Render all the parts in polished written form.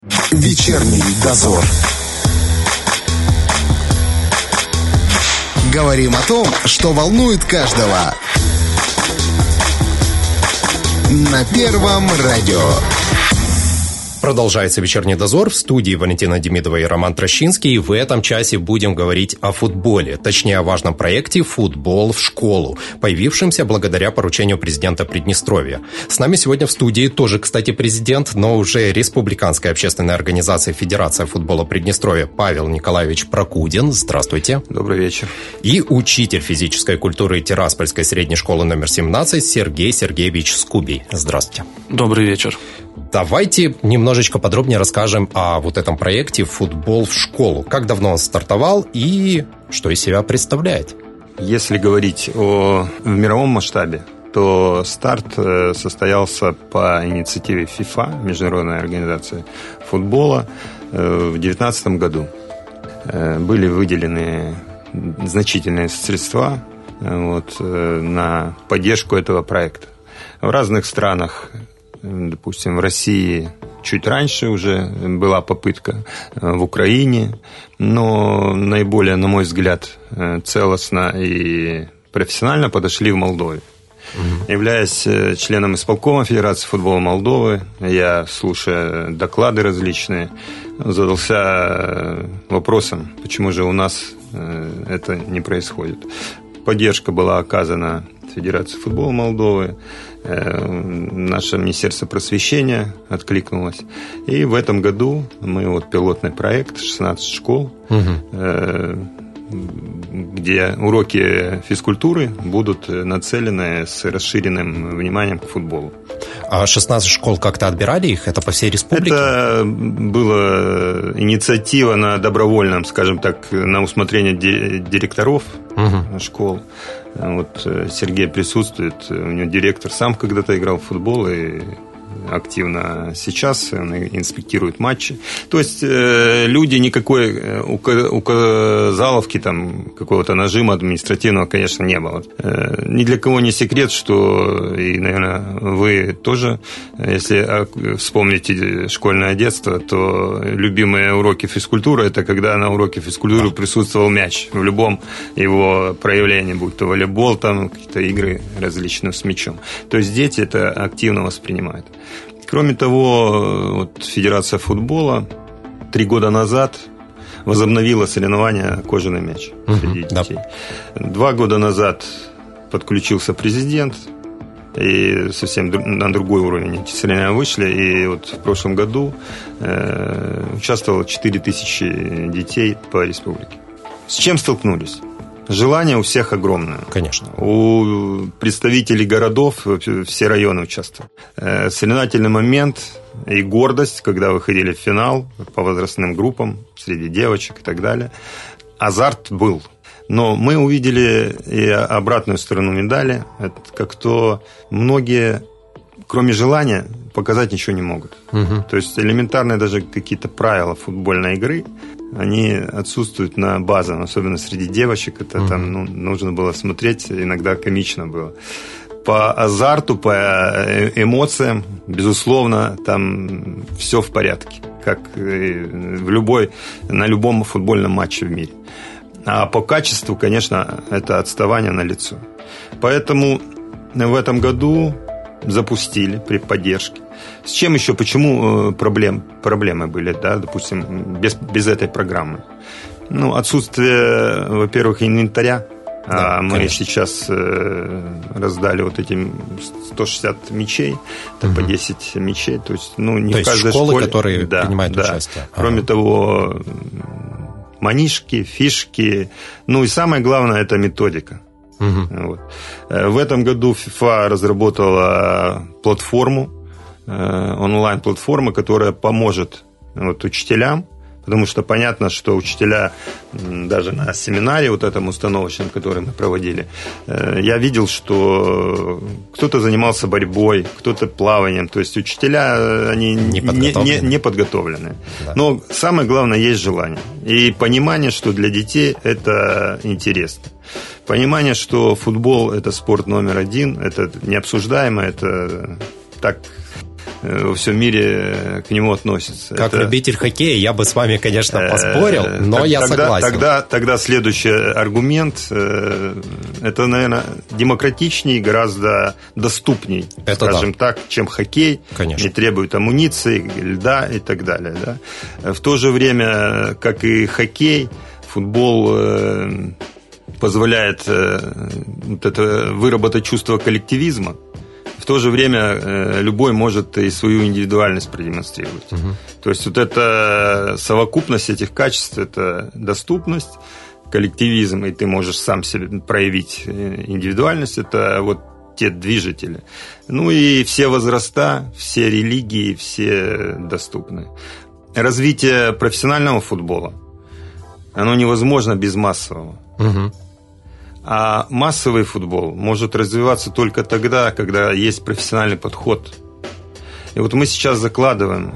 Вечерний дозор. Говорим о том, что волнует каждого. На Первом радио. Продолжается вечерний дозор. В студии Валентина Демидова и Роман Трощинский. И в этом часе будем говорить о футболе. Точнее, о важном проекте «Футбол в школу», появившемся благодаря поручению президента Приднестровья. С нами сегодня в студии тоже, кстати, президент, но уже Республиканской общественной организации «Федерация футбола Приднестровья» Павел Николаевич Прокудин. Здравствуйте. Добрый вечер. И учитель физической культуры Тираспольской средней школы номер 17 Сергей Сергеевич Скубий. Здравствуйте. Добрый вечер. Давайте немножечко подробнее расскажем о вот этом проекте «Футбол в школу». Как давно он стартовал и что из себя представляет? Если говорить в мировом масштабе, то старт состоялся по инициативе FIFA, Международной организации футбола, в 2019 году. Были выделены значительные средства на поддержку этого проекта. В разных странах, допустим, в России чуть раньше уже была попытка, в Украине, но наиболее, на мой взгляд, целостно и профессионально подошли в Молдове. Являясь членом исполкома Федерации футбола Молдовы, я, слушая доклады различные, задался вопросом, почему же у нас это не происходит. Поддержка была оказана Федерации футбола Молдовы, наше Министерство просвещения откликнулось. И в этом году мы пилотный проект 16 школ, где уроки физкультуры будут нацелены с расширенным вниманием к футболу. А 16 школ как-то отбирали их? Это по всей республике? Это была инициатива на добровольном, скажем так, на усмотрение директоров школ. Сергей присутствует, у него директор сам когда-то играл в футбол и активно сейчас он инспектирует матчи. То есть люди никакой указаловки, какого-то нажима административного, конечно, не было. Ни для кого не секрет, что, и, наверное, вы тоже, если вспомните школьное детство, то любимые уроки физкультуры – это когда на уроке физкультуры присутствовал мяч в любом его проявлении, будь то волейбол, какие-то игры различные с мячом. То есть дети это активно воспринимают. Кроме того, Федерация футбола 3 года назад возобновила соревнования «Кожаный мяч» среди детей. 2 года назад подключился президент, и совсем на другой уровень эти соревнования вышли. И в прошлом году участвовало 4000 детей по республике. С чем столкнулись? Желание у всех огромное. Конечно. У представителей городов все районы участвовали. Соревновательный момент и гордость, когда выходили в финал по возрастным группам, среди девочек и так далее. Азарт был. Но мы увидели и обратную сторону медали. Это как то многие, кроме желания, показать ничего не могут. То есть элементарные даже какие-то правила футбольной игры, они отсутствуют на базовом, особенно среди девочек. Это нужно было смотреть, иногда комично было. По азарту, по эмоциям, безусловно, там все в порядке, как на любом футбольном матче в мире. А по качеству, конечно, это отставание налицо. Поэтому в этом году запустили при поддержке. С чем еще, почему проблемы были, допустим, без этой программы? Отсутствие, во-первых, инвентаря. Мы конечно. Сейчас раздали эти 160 мячей, по 10 мячей. То есть, не то в каждой школы, школе, которые принимают участие. Кроме того, манишки, фишки. И самое главное, это методика. В этом году FIFA разработала платформу, онлайн-платформа, которая поможет учителям, потому что понятно, что учителя даже на семинаре этом установочном, который мы проводили, я видел, что кто-то занимался борьбой, кто-то плаванием, то есть учителя, они не подготовлены. Да. Но самое главное, есть желание и понимание, что для детей это интересно. Понимание, что футбол – это спорт номер 1, это необсуждаемо, это так во всем мире к нему относятся. Как любитель хоккея я бы с вами, конечно, поспорил, но я согласен. Тогда следующий аргумент, это, наверное, демократичнее, гораздо доступней, скажем так, чем хоккей. Конечно. Не требует амуниции, льда и так далее. Да? В то же время, как и хоккей, футбол позволяет выработать чувство коллективизма. В то же время любой может и свою индивидуальность продемонстрировать. То есть вот эта совокупность этих качеств, это доступность, коллективизм, и ты можешь сам себе проявить индивидуальность, это вот те движители. Ну и все возраста, все религии, все доступны. Развитие профессионального футбола, оно невозможно без массового. А массовый футбол может развиваться только тогда, когда есть профессиональный подход. И вот мы сейчас закладываем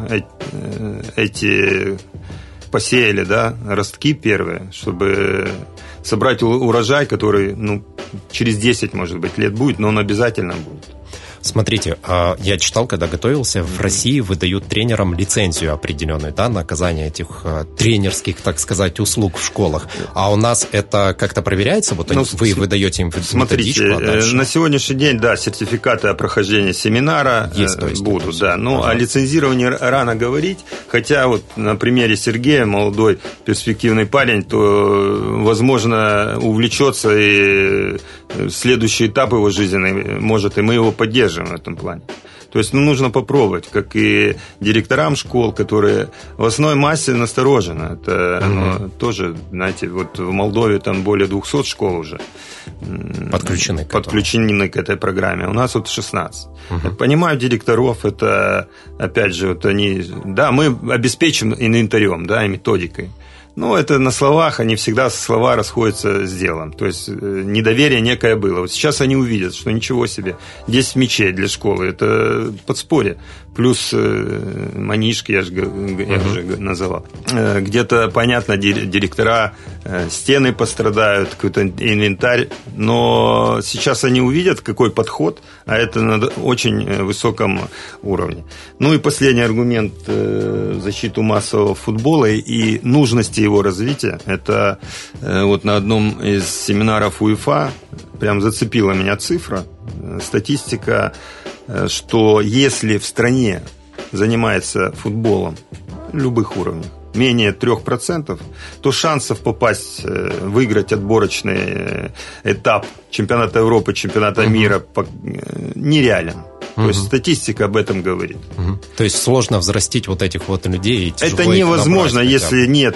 посеяли, да, ростки первые, чтобы собрать урожай, который, через 10, может быть, лет будет, но он обязательно будет. Смотрите, я читал, когда готовился, в России выдают тренерам лицензию определенную, да, на оказание этих тренерских, так сказать, услуг в школах. А у нас это как-то проверяется? Вот вы выдаете им методичку, а дальше? На сегодняшний день, да, сертификаты о прохождении семинара будут, да. О лицензировании рано говорить, хотя вот на примере Сергея, молодой перспективный парень, то, возможно, увлечется и следующий этап его жизни может, и мы его поддержим в этом плане. То есть нужно попробовать, как и директорам школ, которые в основной массе насторожены. Это тоже, знаете, вот в Молдове там более 200 школ уже подключены к этой программе. У нас вот 16. Я понимаю директоров, это, опять же, вот они, да, мы обеспечим инвентарем, да, и методикой. Но это на словах, они всегда слова расходятся с делом. То есть недоверие некое было. Вот сейчас они увидят, что ничего себе, 10 мячей для школы, это подспорье. Плюс манишки, я уже называл. Где-то, понятно, директора, стены пострадают, какой-то инвентарь. Но сейчас они увидят, какой подход, а это на очень высоком уровне. Ну и последний аргумент в защиту массового футбола и нужности его развития. Это вот на одном из семинаров УЕФА прям зацепила меня цифра, статистика, что если в стране занимается футболом любых уровней менее 3%, то шансов попасть, выиграть отборочный этап чемпионата Европы, чемпионата мира нереален. То есть статистика об этом говорит. То есть сложно взрастить вот этих вот людей. Это невозможно, если нет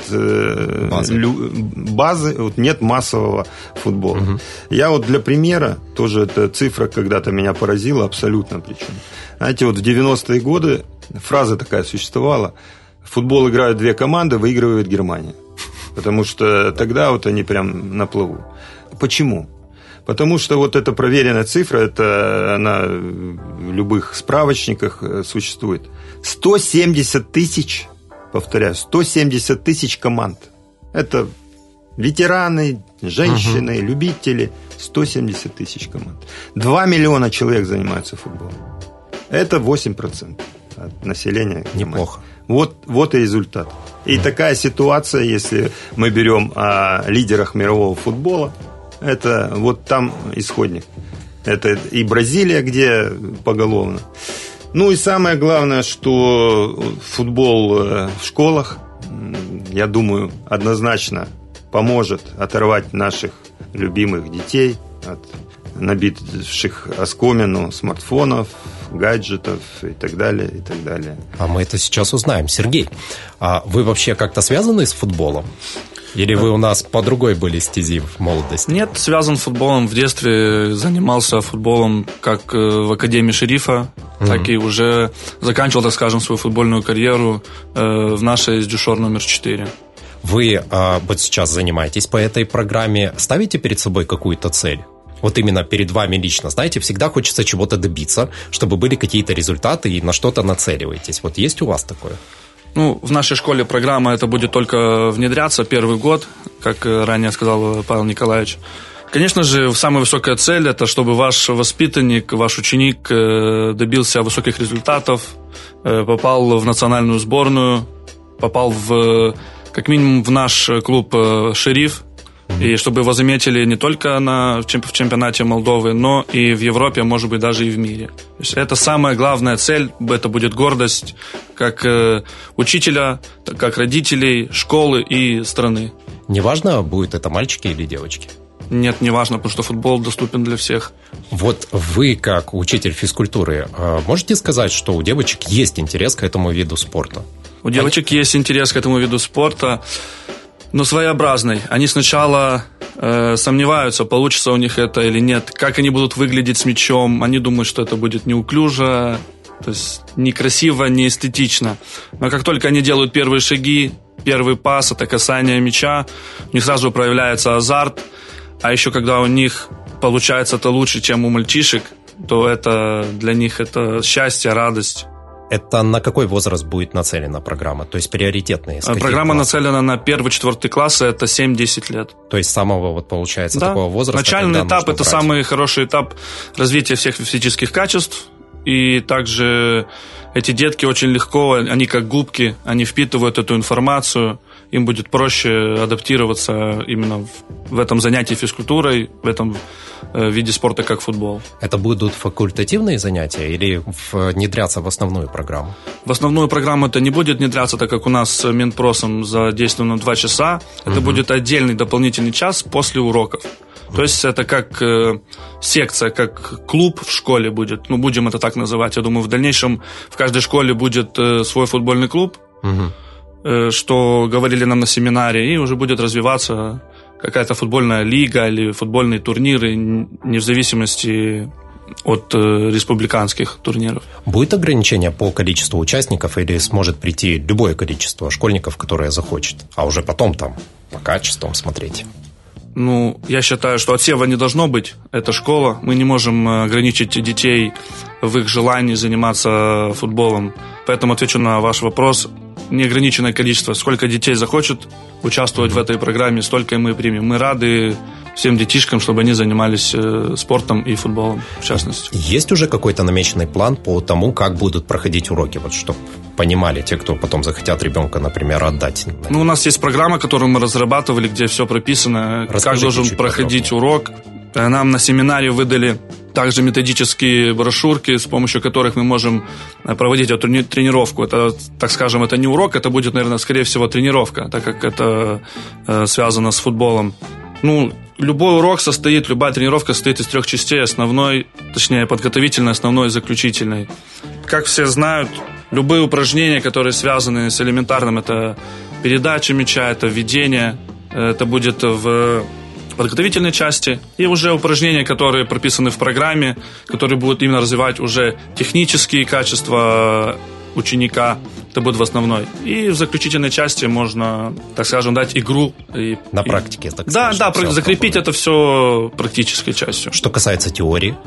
базы, вот нет массового футбола. Я вот для примера, тоже эта цифра когда-то меня поразила абсолютно причем. Знаете, вот в 90-е годы фраза такая существовала: в футбол играют две команды, выигрывает Германия. Потому что тогда вот они прям на плаву. Почему? Потому что вот эта проверенная цифра, она в любых справочниках существует. 170 тысяч, повторяю, 170 тысяч команд. Это ветераны, женщины, любители. 170 тысяч команд. 2 миллиона человек занимаются футболом. Это 8% от населения. Неплохо. Вот и результат. И такая ситуация, если мы берем о лидерах мирового футбола, это вот там исходник. Это и Бразилия, где поголовно. Ну и самое главное, что футбол в школах, я думаю, однозначно поможет оторвать наших любимых детей от набивших оскомину смартфонов, гаджетов и так далее, и так далее. А мы это сейчас узнаем. Сергей, а вы вообще как-то связаны с футболом? Или вы у нас по другой были стези в молодости? Нет, связан с футболом. В детстве занимался футболом как в Академии Шерифа, так и уже заканчивал, так скажем, свою футбольную карьеру в нашей Дюшор номер 4. Вы вот сейчас занимаетесь по этой программе. Ставите перед собой какую-то цель? Вот именно перед вами лично, знаете, всегда хочется чего-то добиться, чтобы были какие-то результаты, и на что-то нацеливаетесь. Вот есть у вас такое? Ну, в нашей школе программа это будет только внедряться первый год, как ранее сказал Павел Николаевич. Конечно же, самая высокая цель – это чтобы ваш воспитанник, ваш ученик добился высоких результатов, попал в национальную сборную, попал как минимум в наш клуб «Шериф», и чтобы его заметили не только в чемпионате Молдовы, но и в Европе, а может быть даже и в мире. То есть это самая главная цель, это будет гордость как учителя, как родителей, школы и страны. Неважно, будет это мальчики или девочки? Нет, не важно, потому что футбол доступен для всех. Вот вы, как учитель физкультуры, можете сказать, что у девочек есть интерес к этому виду спорта? У девочек есть интерес к этому виду спорта, но своеобразный. Они сначала сомневаются, получится у них это или нет, как они будут выглядеть с мячом. Они думают, что это будет неуклюже, то есть некрасиво, не эстетично. Но как только они делают первые шаги, первый пас, это касание мяча, у них сразу проявляется азарт. А еще когда у них получается это лучше, чем у мальчишек, то это для них это счастье, радость. Это на какой возраст будет нацелена программа? То есть приоритетные? Программа нацелена на 1-4 классы, это 7-10 лет. То есть самого, получается, такого возраста? Начальный этап – это самый хороший этап развития всех физических качеств. И также эти детки очень легко, они как губки, они впитывают эту информацию. Им будет проще адаптироваться именно в этом занятии физкультурой, в этом виде спорта, как футбол. Это будут факультативные занятия или внедряться в основную программу? В основную программу это не будет внедряться, так как у нас с Минпросом задействовано 2 часа. Это будет отдельный дополнительный час после уроков. То есть это как секция, как клуб в школе будет. Будем это так называть. Я думаю, в дальнейшем в каждой школе будет свой футбольный клуб, что говорили нам на семинаре, и уже будет развиваться какая-то футбольная лига или футбольные турниры, не в зависимости от республиканских турниров. Будет ограничение по количеству участников или сможет прийти любое количество школьников, которое захочет, а уже потом там по качествам смотреть? Я считаю, что отсева не должно быть. Это школа. Мы не можем ограничить детей в их желании заниматься футболом. Поэтому отвечу на ваш вопрос. Неограниченное количество. Сколько детей захочет участвовать в этой программе, столько и мы примем. Мы рады всем детишкам, чтобы они занимались спортом и футболом, в частности. Есть уже какой-то намеченный план по тому, как будут проходить уроки? Вот чтобы понимали те, кто потом захотят ребенка, например, отдать. У нас есть программа, которую мы разрабатывали, где все прописано, как должен проходить урок. Нам на семинаре выдали также методические брошюрки, с помощью которых мы можем проводить эту тренировку. Это, так скажем, это не урок, это будет, наверное, скорее всего, тренировка, так как это связано с футболом. Любой урок любая тренировка состоит из 3 частей: основной, точнее, подготовительной, основной и заключительной. Как все знают, любые упражнения, которые связаны с элементарным, это передача мяча, это введение, это будет в подготовительной части, и уже упражнения, которые прописаны в программе, которые будут именно развивать уже технические качества ученика, это будет в основной. И в заключительной части можно, так скажем, дать игру. На практике, так сказать. Да, закрепить это все практической частью. Что касается теории,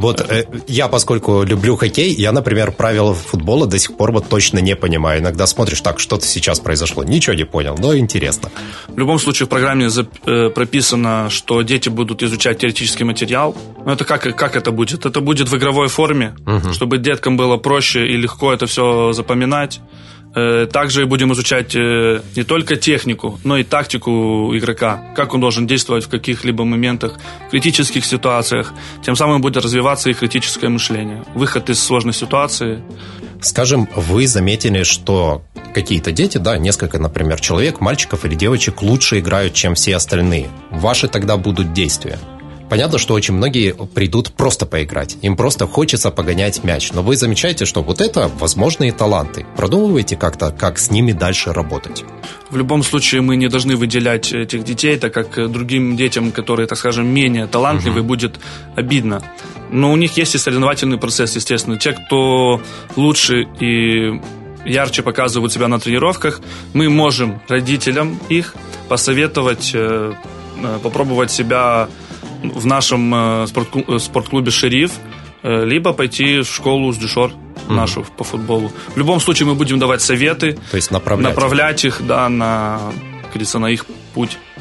я, поскольку люблю хоккей, я, например, правила футбола до сих пор точно не понимаю. Иногда смотришь, так, что-то сейчас произошло, ничего не понял, но интересно. В любом случае в программе прописано, что дети будут изучать теоретический материал. Но это как это будет? Это будет в игровой форме, чтобы деткам было проще и легко это все запоминать. Также будем изучать не только технику, но и тактику игрока, как он должен действовать в каких-либо моментах, в критических ситуациях. Тем самым будет развиваться и критическое мышление, выход из сложной ситуации. Скажем, вы заметили, что какие-то дети, несколько, например, человек, мальчиков или девочек лучше играют, чем все остальные. Ваши тогда будут действия. Понятно, что очень многие придут просто поиграть. Им просто хочется погонять мяч. Но вы замечаете, что вот это возможные таланты. Продумываете как-то, как с ними дальше работать? В любом случае мы не должны выделять этих детей, так как другим детям, которые, так скажем, менее талантливые, будет обидно. Но у них есть и соревновательный процесс, естественно. Те, кто лучше и ярче показывают себя на тренировках, мы можем родителям их посоветовать попробовать себя в нашем спортклубе «Шериф», либо пойти в школу с Дюшор нашу по футболу. В любом случае мы будем давать советы, то есть направлять их на их путь.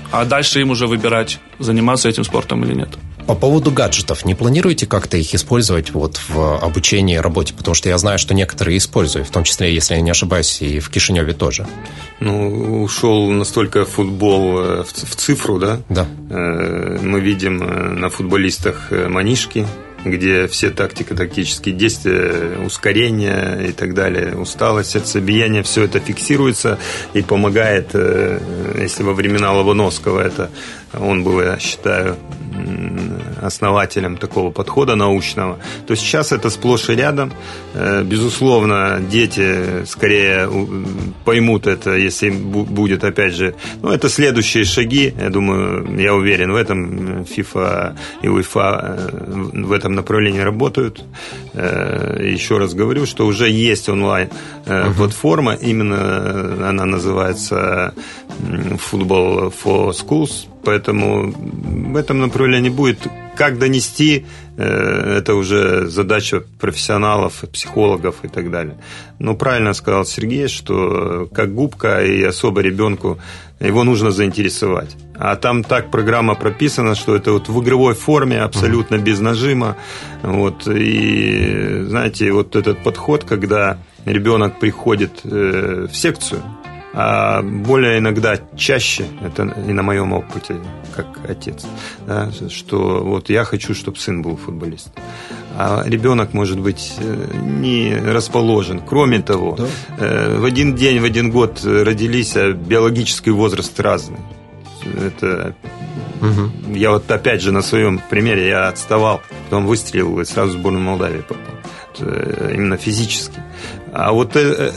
А дальше им уже выбирать, заниматься этим спортом или нет. По поводу гаджетов, не планируете как-то их использовать вот в обучении и работе? Потому что я знаю, что некоторые используют, в том числе, если я не ошибаюсь, и в Кишиневе тоже. Ну, ушел настолько футбол в цифру, да? Да. Мы видим на футболистах манишки, где все тактико-тактические действия, ускорение и так далее, усталость, сердцебиение, все это фиксируется и помогает, если во времена Лобановского это он был, я считаю, основателем такого подхода научного, то сейчас это сплошь и рядом. Безусловно, дети скорее поймут это, если будет, опять же, ну, это следующие шаги, я думаю, я уверен в этом, FIFA и UEFA в этом направлении работают. Еще раз говорю, что уже есть онлайн-платформа, именно она называется Football for Schools, поэтому в этом направлении будет. Как донести, это уже задача профессионалов, психологов и так далее. Но правильно сказал Сергей, что как губка и особо ребенку его нужно заинтересовать. А там так программа прописана, что это вот в игровой форме, абсолютно без нажима. Вот. И знаете, вот этот подход, когда ребенок приходит в секцию, а более иногда чаще, это и на моем опыте, как отец, да, что вот я хочу, чтобы сын был футболистом. А ребенок, может быть, не расположен. Кроме того, в один день, в один год родились, а биологический возраст разный. Это... Я вот опять же на своем примере я отставал, потом выстрелил и сразу в сборную Молдавии попал. Именно физически. А вот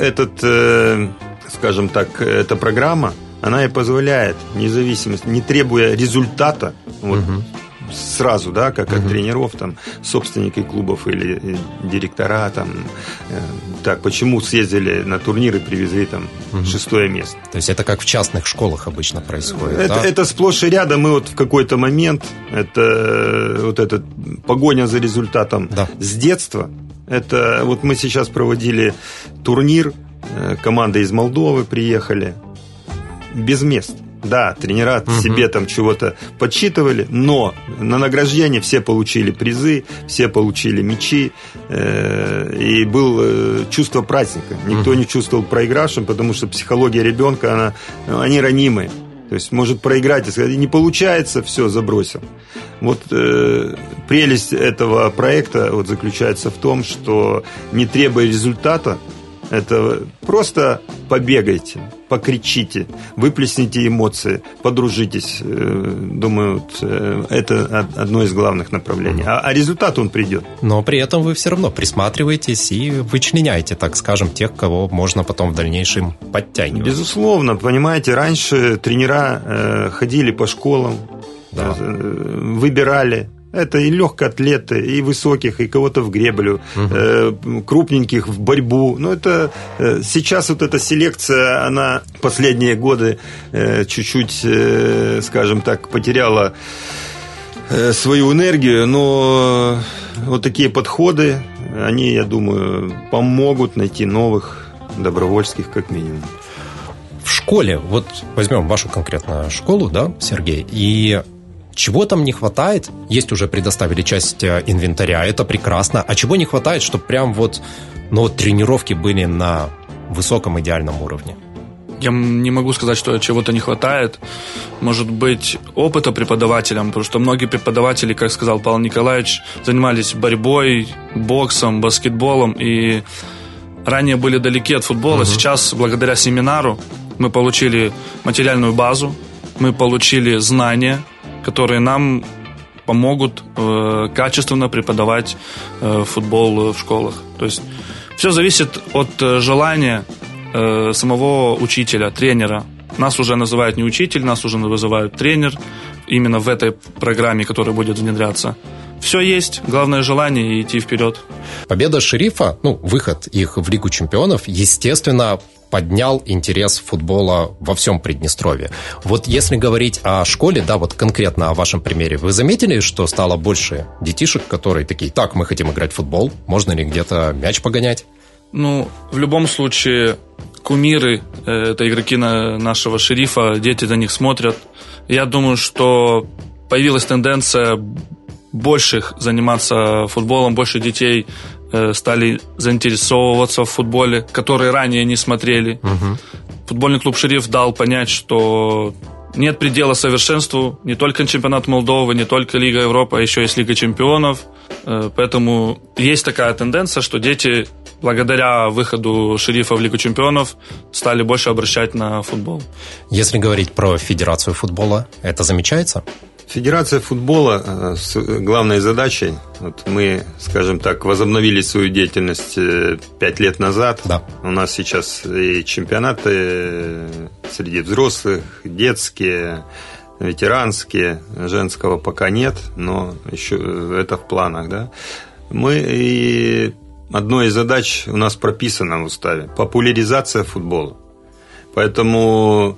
скажем так, эта программа, она и позволяет независимость, не требуя результата, вот, сразу, да, как от тренеров, там, собственники клубов или директора, там, так, почему съездили на турнир и привезли там 6-е место. То есть это как в частных школах обычно происходит, это сплошь и рядом, мы вот в какой-то момент, это вот эта погоня за результатом с детства, это вот мы сейчас проводили турнир, команда из Молдовы приехали без мест. Да, тренера себе там чего-то подсчитывали, но на награждение все получили призы, все получили мячи, и было чувство праздника. Никто не чувствовал проигравшим, потому что психология ребенка, они ранимые. То есть может проиграть и сказать, не получается, все, забросил. Вот прелесть этого проекта вот заключается в том, что не требуя результата, это просто побегайте, покричите, выплесните эмоции, подружитесь. Думаю, это одно из главных направлений. А результат он придет. Но при этом вы все равно присматриваетесь и вычленяете, так скажем, тех, кого можно потом в дальнейшем подтягивать. Безусловно, понимаете, раньше тренера ходили по школам, выбирали. Это и легкоатлеты, и высоких, и кого-то в греблю, крупненьких в борьбу. Но это сейчас вот эта селекция, она последние годы чуть-чуть, скажем так, потеряла свою энергию, но вот такие подходы, они, я думаю, помогут найти новых добровольских как минимум. В школе, вот возьмем вашу конкретно школу, да, Сергей, и чего там не хватает? Есть уже предоставили часть инвентаря, это прекрасно. А чего не хватает, чтобы прям вот, тренировки были на высоком идеальном уровне? Я не могу сказать, что чего-то не хватает. Может быть, опыта преподавателям, потому что многие преподаватели, как сказал Павел Николаевич, занимались борьбой, боксом, баскетболом и ранее были далеки от футбола. Сейчас, благодаря семинару, мы получили материальную базу, мы получили знания, которые нам помогут качественно преподавать футбол в школах. То есть все зависит от желания самого учителя, тренера. Нас уже называют не учитель, нас уже называют тренер. Именно в этой программе, которая будет внедряться. Все есть, главное желание и идти вперед. Победа Шерифа, выход их в Лигу чемпионов, естественно, поднял интерес футбола во всем Приднестровье. Вот если говорить о школе, да, вот конкретно о вашем примере, вы заметили, что стало больше детишек, которые такие, так, мы хотим играть в футбол, можно ли где-то мяч погонять? В любом случае, кумиры, это игроки нашего Шерифа, дети на них смотрят. Я думаю, что появилась тенденция больше заниматься футболом, больше детей стали заинтересовываться в футболе, которые ранее не смотрели. Футбольный клуб «Шериф» дал понять, что нет предела совершенству, не только чемпионат Молдовы, не только Лига Европы, а еще есть Лига чемпионов. Поэтому есть такая тенденция, что дети, благодаря выходу «Шерифа» в Лигу чемпионов, стали больше обращать на футбол. Если говорить про Федерацию футбола, это замечается? Федерация футбола с главной задачей, вот мы, скажем так, возобновили свою деятельность 5 лет назад. Да. У нас сейчас и чемпионаты среди взрослых, детские, ветеранские, женского пока нет, но еще это в планах, да. И одной из задач у нас прописано в уставе – популяризация футбола. Поэтому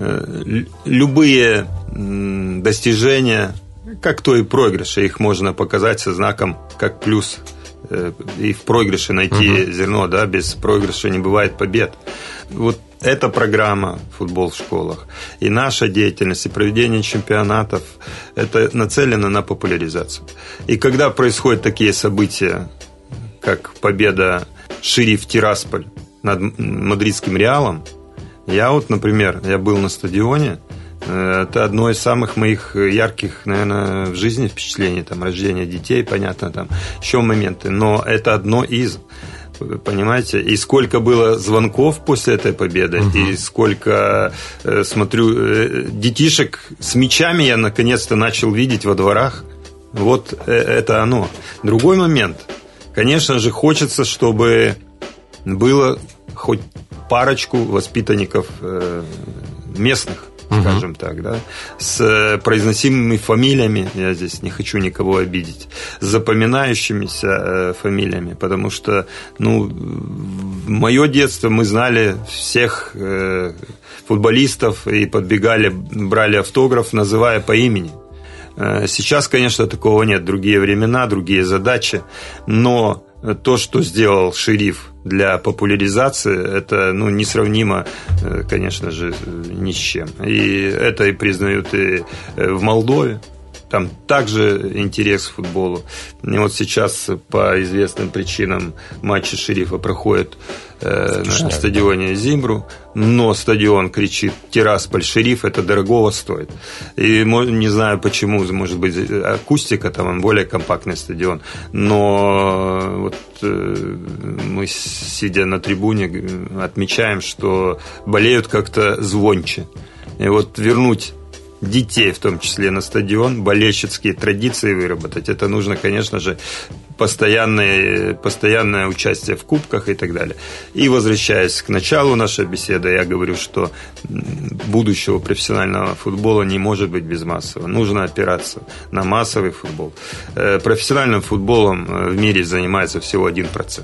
любые достижения, как то и проигрыши, их можно показать со знаком как плюс. И в проигрыше найти зерно, да, без проигрыша не бывает побед. Вот эта программа «Футбол в школах» и наша деятельность, и проведение чемпионатов, это нацелено на популяризацию. И когда происходят такие события, как победа «Шериф Тирасполь» над мадридским «Реалом», я вот, например, я был на стадионе. Это одно из самых моих ярких, наверное, в жизни впечатлений. Там рождение детей, понятно, там еще моменты. Но это одно из, понимаете. И сколько было звонков после этой победы, и сколько, смотрю, детишек с мячами я наконец-то начал видеть во дворах. Вот это оно. Другой момент. Конечно же, хочется, чтобы было хоть парочку воспитанников местных, скажем так, да, с произносимыми фамилиями, я здесь не хочу никого обидеть, с запоминающимися фамилиями, потому что, в мое детство мы знали всех футболистов и подбегали, брали автограф, называя по имени. Сейчас, конечно, такого нет, другие времена, другие задачи, но то, что сделал «Шериф» для популяризации, это несравнимо, конечно же, ни с чем. И это и признают и в Молдове. Там также интерес к футболу. И вот сейчас по известным причинам матчи «Шерифа» проходят на стадионе Зимбру, но стадион кричит «Тирасполь-Шериф», это дорогого стоит. И не знаю почему, может быть, акустика, там он более компактный стадион, но вот мы, сидя на трибуне, отмечаем, что болеют как-то звонче. И вот вернуть детей, в том числе на стадион, болельщицкие традиции выработать. Это нужно, конечно же, постоянное участие в кубках и так далее. И возвращаясь к началу нашей беседы, я говорю, что будущего профессионального футбола не может быть без массового. Нужно опираться на массовый футбол. Профессиональным футболом в мире занимается всего 1%.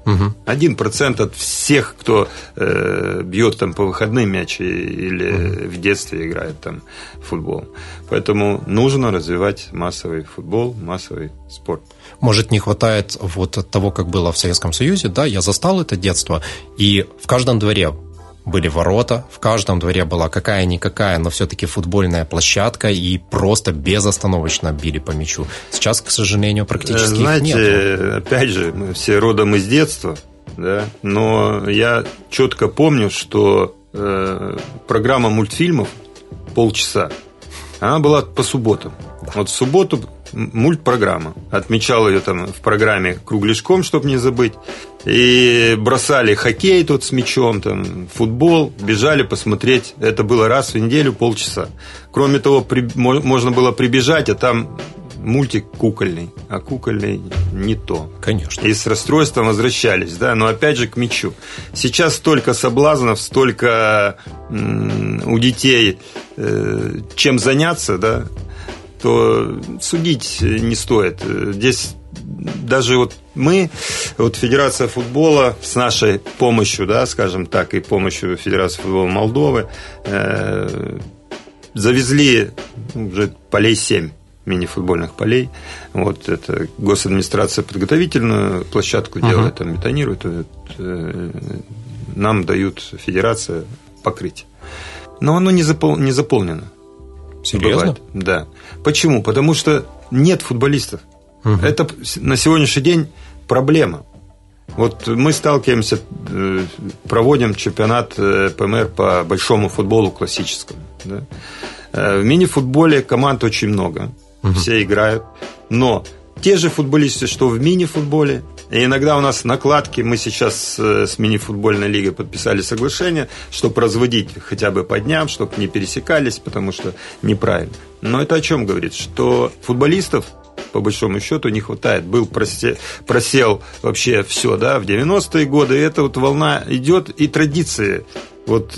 1% от всех, кто бьет там по выходным мячи или в детстве играет там в футбол. Поэтому нужно развивать массовый футбол, массовый спорт. Может, не хватает вот того, как было в Советском Союзе, да, я застал это детство, и в каждом дворе были ворота, в каждом дворе была какая-никакая, но все-таки футбольная площадка, и просто безостановочно били по мячу. Сейчас, к сожалению, практически их нет. Знаете, опять же, мы все родом из детства, да, но я четко помню, что программа мультфильмов полчаса, она была по субботам. Вот в субботу мультпрограмма. Отмечал ее там в программе кругляшком, чтобы не забыть. И бросали хоккей тут с мячом, там, футбол, бежали посмотреть. Это было раз в неделю полчаса. Кроме того, можно было прибежать, а там мультик кукольный. А кукольный не то. Конечно. И с расстройством возвращались, да. Но опять же к мячу. Сейчас столько соблазнов, столько у детей чем заняться, да, то судить не стоит. Здесь даже вот мы, вот Федерация футбола с нашей помощью, да, скажем так, и помощью Федерации футбола Молдовы завезли уже полей 7, мини-футбольных полей. Вот это госадминистрация подготовительную площадку делает, там бетонирует. нам дают федерация покрыть. Но оно не заполнено. Серьезно? Бывает. Да. Почему? Потому что нет футболистов. Это на сегодняшний день проблема. Вот мы сталкиваемся, проводим чемпионат ПМР по большому футболу классическому. Да? В мини-футболе команд очень много. Все играют. Но те же футболисты, что в мини-футболе, и иногда у нас накладки, мы сейчас с мини-футбольной лигой подписали соглашение, чтобы разводить хотя бы по дням, чтобы не пересекались, потому что неправильно. Но это о чем говорит? Что футболистов, по большому счету, не хватает. Просел вообще все, да, в 90-е годы, и эта вот волна идет, и традиции. Вот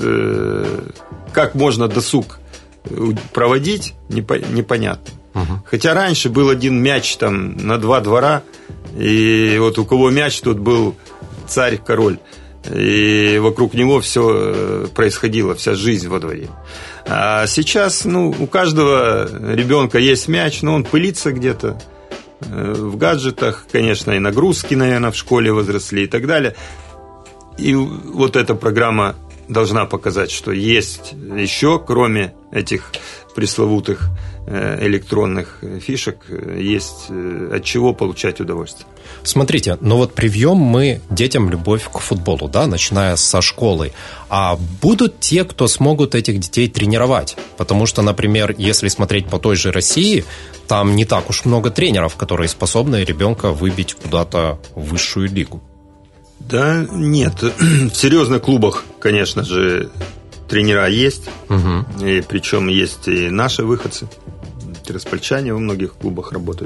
как можно досуг проводить, непонятно. Хотя раньше был один мяч там на 2 двора, и вот у кого мяч, тот был царь-король. И вокруг него все происходило, вся жизнь во дворе. А сейчас, у каждого ребенка есть мяч, но он пылится где-то в гаджетах, конечно, и нагрузки, наверное, в школе возросли и так далее. И вот эта программа должна показать, что есть еще, кроме этих пресловутых электронных фишек, есть от чего получать удовольствие. Смотрите, вот привьем мы детям любовь к футболу, да, начиная со школы. А будут те, кто смогут этих детей тренировать? Потому что, например, если смотреть по той же России, там не так уж много тренеров, которые способны ребенка выбить куда-то в высшую лигу. Да, нет. В серьезных клубах, конечно же, тренера есть. И причем есть и наши выходцы. Тираспольчане во многих клубах работают.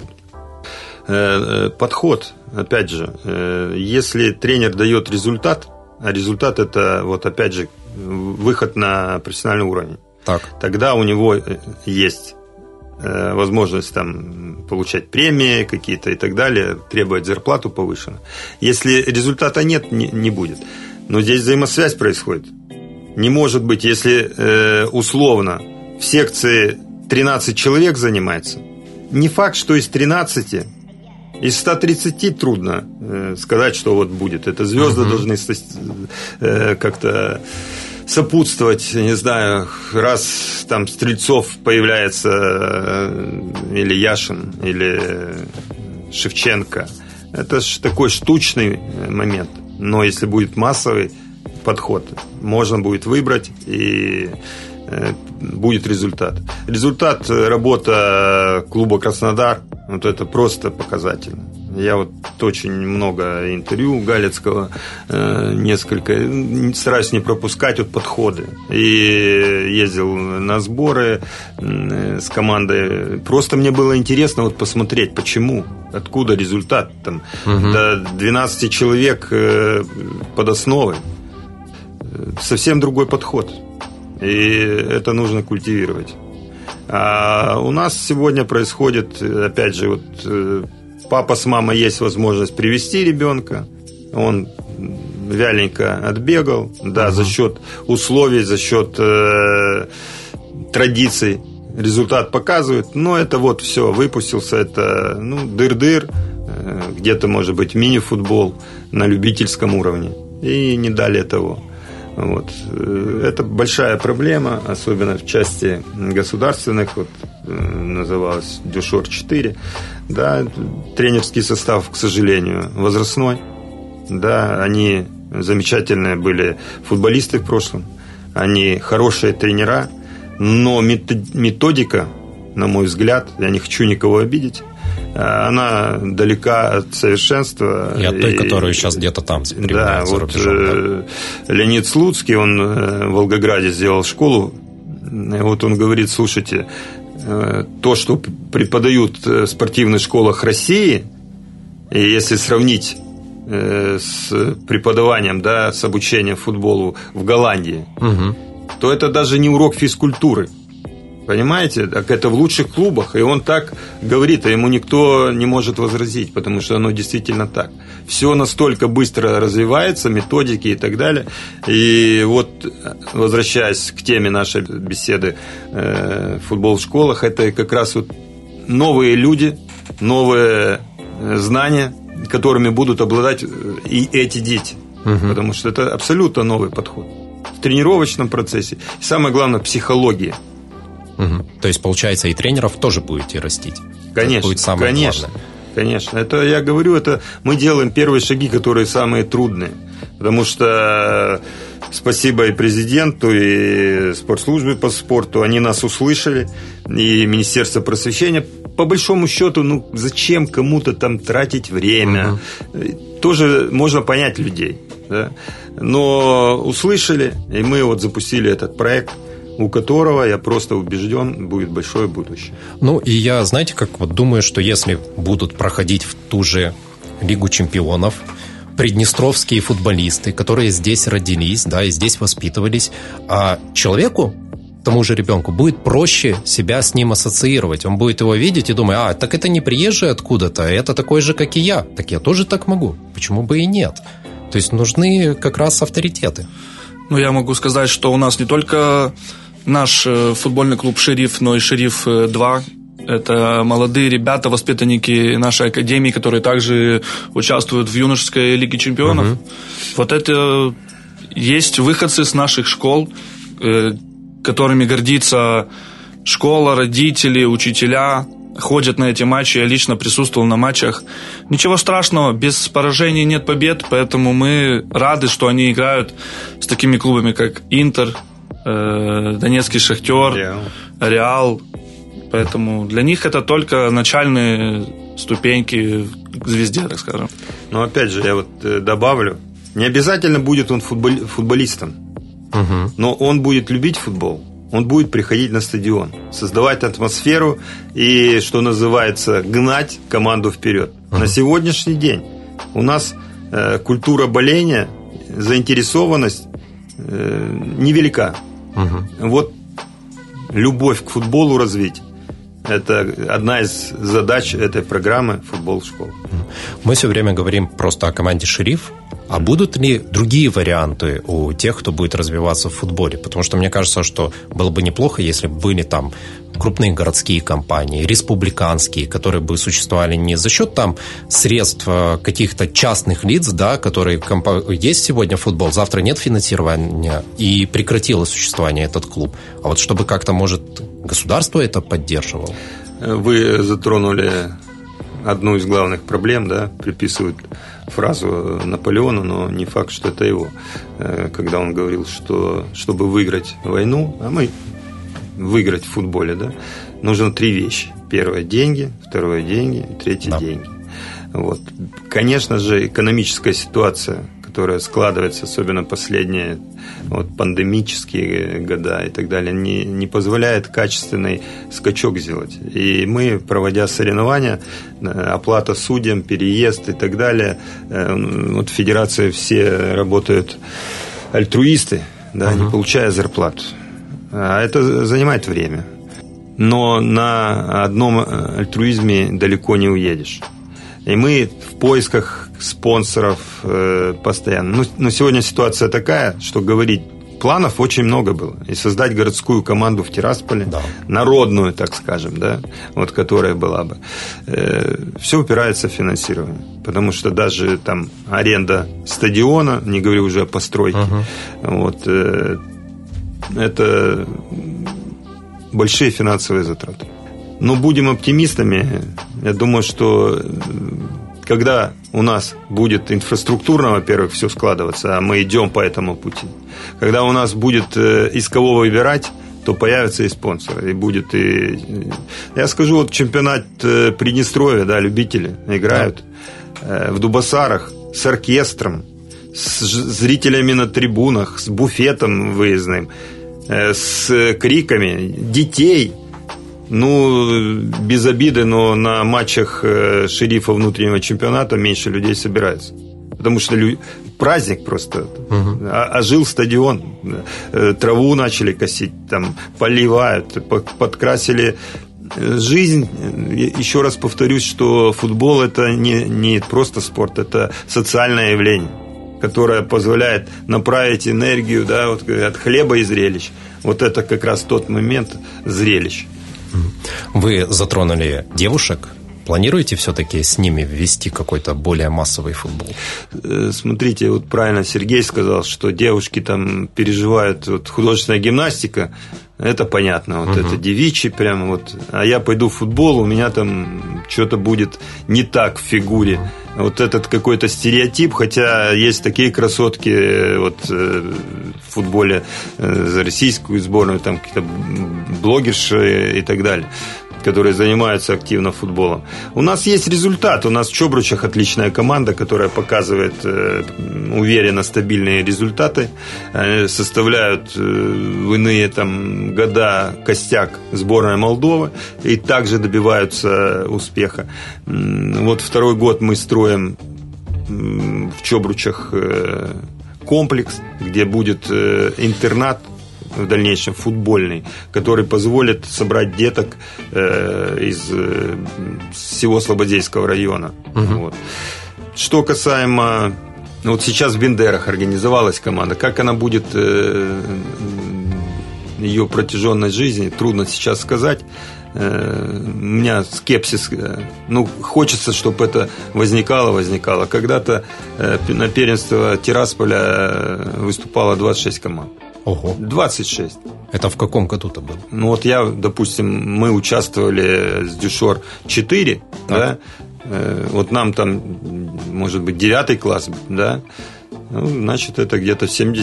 Подход, опять же, если тренер дает результат, а результат это, вот опять же, выход на профессиональный уровень, тогда у него есть возможность там получать премии какие-то и так далее, требовать зарплату повышенную. Если результата нет, не будет. Но здесь взаимосвязь происходит. Не может быть, если условно в секции 13 человек занимается, не факт, что из 13, из 130 трудно сказать, что вот будет. Это звезды должны как-то сопутствовать, не знаю, раз там Стрельцов появляется, или Яшин, или Шевченко. Это же такой штучный момент. Но если будет массовый подход, можно будет выбрать, и будет результат. Результат работы клуба «Краснодар», вот это просто показательно. Я вот очень много интервью Галицкого, несколько, стараюсь не пропускать вот подходы. И ездил на сборы с командой. Просто мне было интересно вот посмотреть, почему, откуда результат. Там, до 12 человек под основой. Совсем другой подход. И это нужно культивировать. А у нас сегодня происходит, опять же, вот папа с мамой есть возможность привести ребенка, он вяленько отбегал, да, за счет условий, за счет традиций результат показывает, но это вот все, выпустился, это дыр-дыр, где-то, может быть, мини-футбол на любительском уровне, и не далее того. Вот. Это большая проблема, особенно в части государственных, вот, называлось Дюшор-4. Да, тренерский состав, к сожалению, возрастной. Да, они замечательные были футболисты в прошлом, они хорошие тренера, но методика, на мой взгляд, я не хочу никого обидеть, она далека от совершенства. И от той, которая сейчас где-то там. Да, вот рубежом, да. Леонид Слуцкий, он в Волгограде сделал школу. Вот он говорит, слушайте, то, что преподают в спортивных школах России, и если сравнить с преподаванием, да, с обучением футболу в Голландии, то это даже не урок физкультуры. Понимаете? Так это в лучших клубах. И он так говорит, а ему никто не может возразить, потому что оно действительно так. Все настолько быстро развивается, методики и так далее. И вот, возвращаясь к теме нашей беседы, футбол в школах, это как раз вот новые люди, новые знания, которыми будут обладать и эти дети. потому что это абсолютно новый подход в тренировочном процессе. И самое главное, психология. То есть, получается, и тренеров тоже будете растить? Конечно, это будет самое главное. Конечно. Это, я говорю, это мы делаем первые шаги, которые самые трудные. Потому что спасибо и президенту, и спортслужбе по спорту, они нас услышали, и Министерство просвещения. По большому счету, зачем кому-то там тратить время? Тоже можно понять людей, да? Но услышали, и мы вот запустили этот проект, у которого, я просто убежден, будет большое будущее. И я, знаете, как думаю, что если будут проходить в ту же Лигу чемпионов приднестровские футболисты, которые здесь родились, да, и здесь воспитывались, а человеку, тому же ребенку, будет проще себя с ним ассоциировать. Он будет его видеть и думать, так это не приезжий откуда-то, это такой же, как и я. Так я тоже так могу. Почему бы и нет? То есть нужны как раз авторитеты. Я могу сказать, что у нас не только наш футбольный клуб «Шериф», но и «Шериф-2». Это молодые ребята, воспитанники нашей академии, которые также участвуют в юношеской лиге чемпионов. Вот это есть выходцы с наших школ, которыми гордится школа, родители, учителя. Ходят на эти матчи, я лично присутствовал на матчах. Ничего страшного, без поражений нет побед, поэтому мы рады, что они играют с такими клубами, как «Интер», Донецкий «Шахтер», «Реал». Поэтому для них это только начальные ступеньки к звезде, так скажем. Но опять же, я добавлю, не обязательно будет он футболистом, но он будет любить футбол, он будет приходить на стадион, создавать атмосферу и, что называется, гнать команду вперед. На сегодняшний день у нас культура боления, заинтересованность невелика. Вот любовь к футболу развить — это одна из задач этой программы «Футбол в школах». Мы все время говорим просто о команде «Шериф». А будут ли другие варианты у тех, кто будет развиваться в футболе? Потому что мне кажется, что было бы неплохо, если бы были там крупные городские компании, республиканские, которые бы существовали не за счет там средств каких-то частных лиц, да, которые есть сегодня футбол, завтра нет финансирования и прекратило существование этот клуб. А вот чтобы как-то, может, государство это поддерживало? Вы затронули одну из главных проблем, да, приписывают фразу Наполеону, но не факт, что это его, когда он говорил, что чтобы выиграть войну, а мы выиграть в футболе, да, нужно 3 вещи. Первое – деньги, второе – деньги, и третье – деньги. Вот. Конечно же, экономическая ситуация, которая складывается, особенно последние пандемические года и так далее, не позволяет качественный скачок сделать. И мы, проводя соревнования, оплата судьям, переезд и так далее, в федерации все работают альтруисты, да, не получая зарплату. А это занимает время. Но на одном альтруизме далеко не уедешь. И мы в поисках спонсоров постоянно. Но сегодня ситуация такая, что говорить, планов очень много было. И создать городскую команду в Тирасполе, да, народную, так скажем, да, которая была бы. Все упирается в финансирование. Потому что даже там аренда стадиона, не говорю уже о постройке, это большие финансовые затраты. Но будем оптимистами. Я думаю, что когда у нас будет инфраструктурно, во-первых, все складываться, а мы идем по этому пути, когда у нас будет из кого выбирать, то появятся и спонсоры. И будет и... Я скажу, чемпионат Приднестровья, да, любители играют в Дубасарах с оркестром, с зрителями на трибунах, с буфетом выездным, с криками детей. Без обиды, но на матчах «Шерифа» внутреннего чемпионата меньше людей собирается. Потому что праздник просто. Ожил стадион. Траву начали косить, там, поливают, подкрасили жизнь. Еще раз повторюсь, что футбол – это не просто спорт, это социальное явление, которое позволяет направить энергию, да, от хлеба и зрелищ. Это как раз тот момент зрелищ. Вы затронули девушек Планируете все-таки с ними ввести какой-то более массовый футбол? Смотрите, вот правильно Сергей сказал, что девушки там переживают, вот художественная гимнастика, это понятно, вот это девичьи прямо вот, а я пойду в футбол, у меня там что-то будет не так в фигуре. Вот этот какой-то стереотип, хотя есть такие красотки вот в футболе за российскую сборную, там какие-то блогерши и так далее, которые занимаются активно футболом. У нас есть результат. У нас в Чобручах отличная команда, которая показывает уверенно стабильные результаты. Составляют в иные там года костяк сборной Молдовы и также добиваются успеха. Вот второй год мы строим в Чобручах комплекс, где будет интернат в дальнейшем футбольный, который позволит собрать деток из всего Слободейского района. Вот. Что касаемо... Вот сейчас в Бендерах организовалась команда. Как она будет, ее протяженность жизни, трудно сейчас сказать. У меня скепсис. Ну, хочется, чтобы это возникало. Когда-то на первенство Тирасполя выступало 26 команд. Ого. 26. Это в каком году-то было? Ну, вот допустим, мы участвовали с Дюшор 4, да? Вот нам там, может быть, 9 класс, да? Ну, значит, это где-то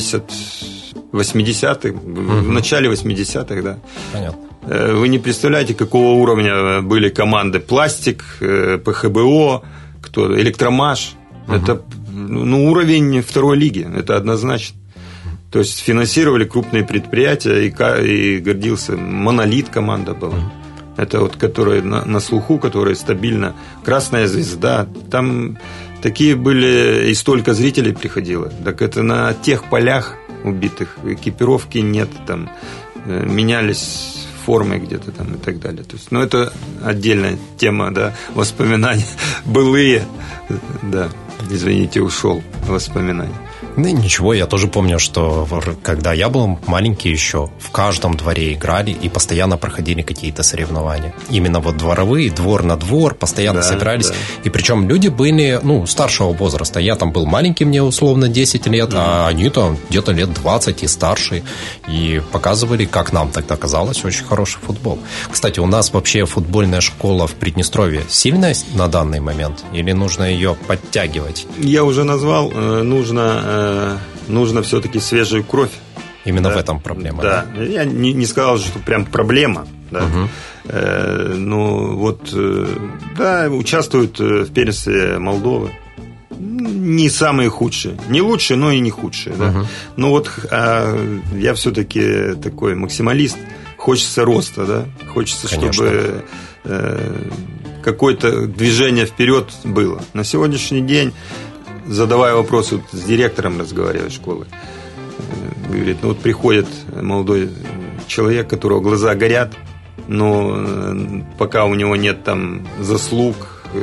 80-х, в начале 80-х, да. Понятно. Вы не представляете, какого уровня были команды «Пластик», ПХБО, «Электромаш». Это уровень второй лиги, это однозначно. То есть финансировали крупные предприятия, и гордился. «Монолит» команда была. Это вот, которая на слуху, которая стабильно. «Красная звезда». Там такие были, и столько зрителей приходило. Так это на тех полях убитых. Экипировки нет, там менялись формы где-то там и так далее. То есть, это отдельная тема, да, воспоминания былые. Да, извините, ушел воспоминания. Ну, ничего, я тоже помню, что когда я был маленький еще, в каждом дворе играли и постоянно проходили какие-то соревнования. Именно вот дворовые, двор на двор, постоянно собирались. Да. И причем люди были, старшего возраста. Я там был маленький, мне условно 10 лет, а они там где-то лет 20 и старше. И показывали, как нам тогда казалось, очень хороший футбол. Кстати, у нас вообще футбольная школа в Приднестровье сильная на данный момент? Или нужно ее подтягивать? Я уже назвал, нужно все-таки свежую кровь. Именно в этом проблема. Да. Я не сказал, что прям проблема. Да. Участвуют в первенстве Молдовы. Не самые худшие. Не лучшие, но и не худшие. Да. Но вот я все-таки такой максималист. Хочется роста, да. Хочется, конечно, чтобы какое-то движение вперед было. На сегодняшний день, задавая вопрос, вот с директором разговариваю школы, говорит, приходит молодой человек, у которого глаза горят, но пока у него нет там заслуг,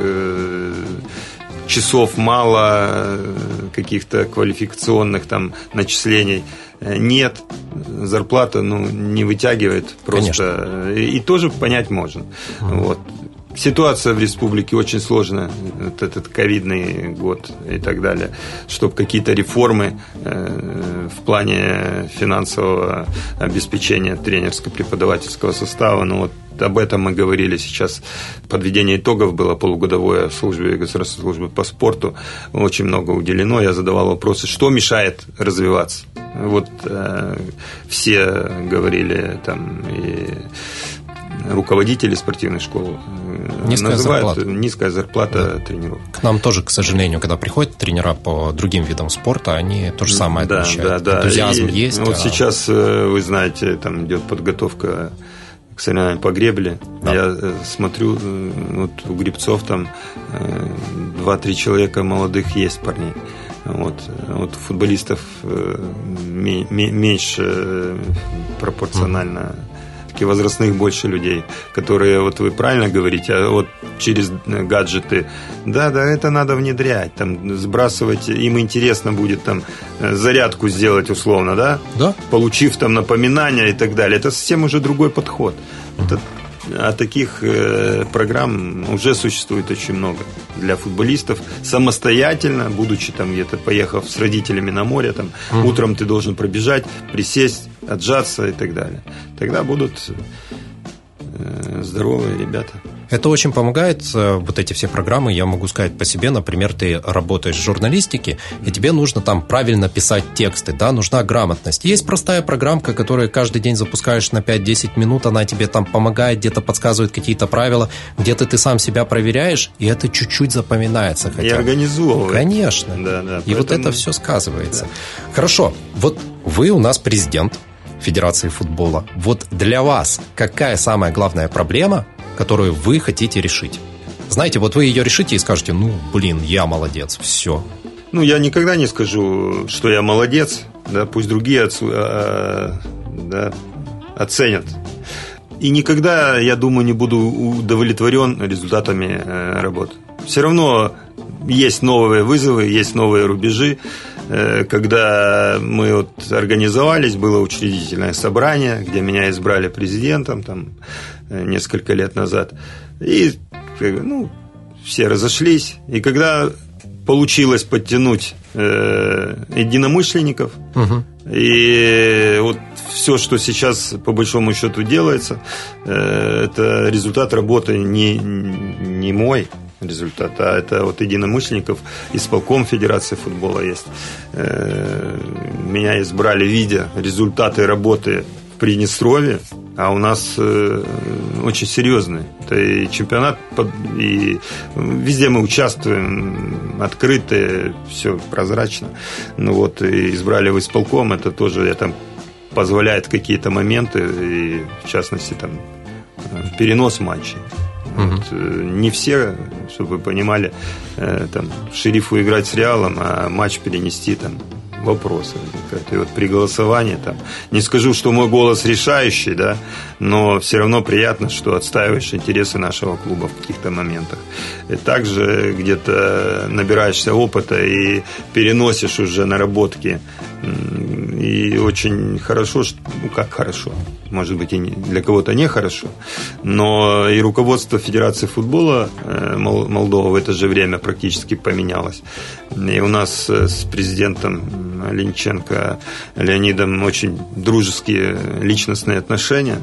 часов мало, каких-то квалификационных там начислений нет, зарплата не вытягивает просто. Конечно. И тоже понять можно. Вот. Ситуация в республике очень сложная, вот этот ковидный год и так далее, чтобы какие-то реформы в плане финансового обеспечения тренерско-преподавательского состава, об этом мы говорили сейчас. Подведение итогов было полугодовое в службе, государственной службе по спорту. Очень много уделено. Я задавал вопросы, что мешает развиваться. Вот все говорили там и руководители спортивной школы называют низкая зарплата тренеров. К нам тоже, к сожалению, когда приходят тренера по другим видам спорта, они то же самое отмечают. Да. Энтузиазм есть. Вот сейчас, вы знаете, там идет подготовка к соревнованиям по гребле. Да. Я смотрю, у гребцов там 2-3 человека молодых есть парней. Вот футболистов меньше пропорционально. Возрастных больше людей, которые, вы правильно говорите, через гаджеты, это надо внедрять, там, сбрасывать, им интересно будет там зарядку сделать условно, да? Да. Получив там напоминания и так далее. Это совсем уже другой подход. Это А таких программ уже существует очень много для футболистов. Самостоятельно, будучи там где-то, поехав с родителями на море, там, утром ты должен пробежать, присесть, отжаться и так далее. Тогда будут здоровые ребята. Это очень помогает, вот эти все программы, я могу сказать по себе, например, ты работаешь в журналистике, и тебе нужно там правильно писать тексты, да, нужна грамотность. Есть простая программка, которую каждый день запускаешь на 5-10 минут, она тебе там помогает, где-то подсказывает какие-то правила, где-то ты сам себя проверяешь, и это чуть-чуть запоминается. И организовывает. Конечно. Да, и поэтому... вот это все сказывается. Да. Хорошо, вот вы у нас президент Федерации футбола. Вот для вас какая самая главная проблема, которую вы хотите решить? Знаете, вот вы ее решите и скажете, я молодец, все. Я никогда не скажу, что я молодец, да, пусть другие оценят. И никогда, я думаю, не буду удовлетворен результатами работы. Все равно есть новые вызовы, есть новые рубежи. Когда мы организовались, было учредительное собрание, где меня избрали президентом там, несколько лет назад. И все разошлись. И когда получилось подтянуть единомышленников, и вот все, что сейчас по большому счету делается, это результат работы не мой результат, а это единомышленников, исполком Федерации футбола есть. Меня избрали, видя результаты работы в Приднестровье, а у нас очень серьезный. Это и чемпионат, и везде мы участвуем, открыто, все прозрачно. И избрали в исполком, это тоже позволяет какие-то моменты, и в частности перенос матчей. Не все, чтобы вы понимали, Шерифу играть с Реалом, а матч перенести вопросы. И при голосовании не скажу, что мой голос решающий, да, но все равно приятно, что отстаиваешь интересы нашего клуба в каких-то моментах. И также где-то набираешься опыта и переносишь уже наработки. И очень хорошо, как хорошо, может быть, и для кого-то нехорошо, но и руководство Федерации футбола Молдовы в это же время практически поменялось. И у нас с президентом Линченко Леонидом очень дружеские личностные отношения.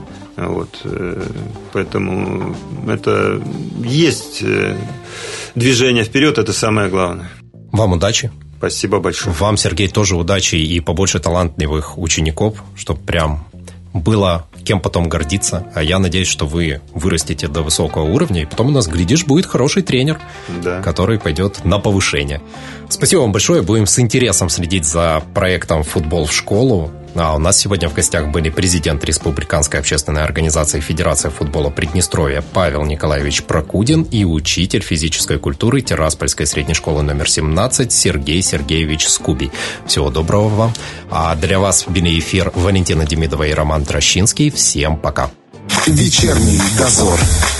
Поэтому это есть движение вперед, это самое главное. Вам удачи. Спасибо большое. Вам, Сергей, тоже удачи и побольше талантливых учеников, чтобы прям было кем потом гордиться. А я надеюсь, что вы вырастете до высокого уровня, и потом у нас, глядишь, будет хороший тренер, который пойдет на повышение. Спасибо вам большое. Будем с интересом следить за проектом «Футбол в школу». А у нас сегодня в гостях были президент Республиканской общественной организации Федерация футбола Приднестровья Павел Николаевич Прокудин и учитель физической культуры Тираспольской средней школы номер 17 Сергей Сергеевич Скубий. Всего доброго вам. А для вас вели эфир Валентина Демидова и Роман Трощинский. Всем пока. Вечерний дозор.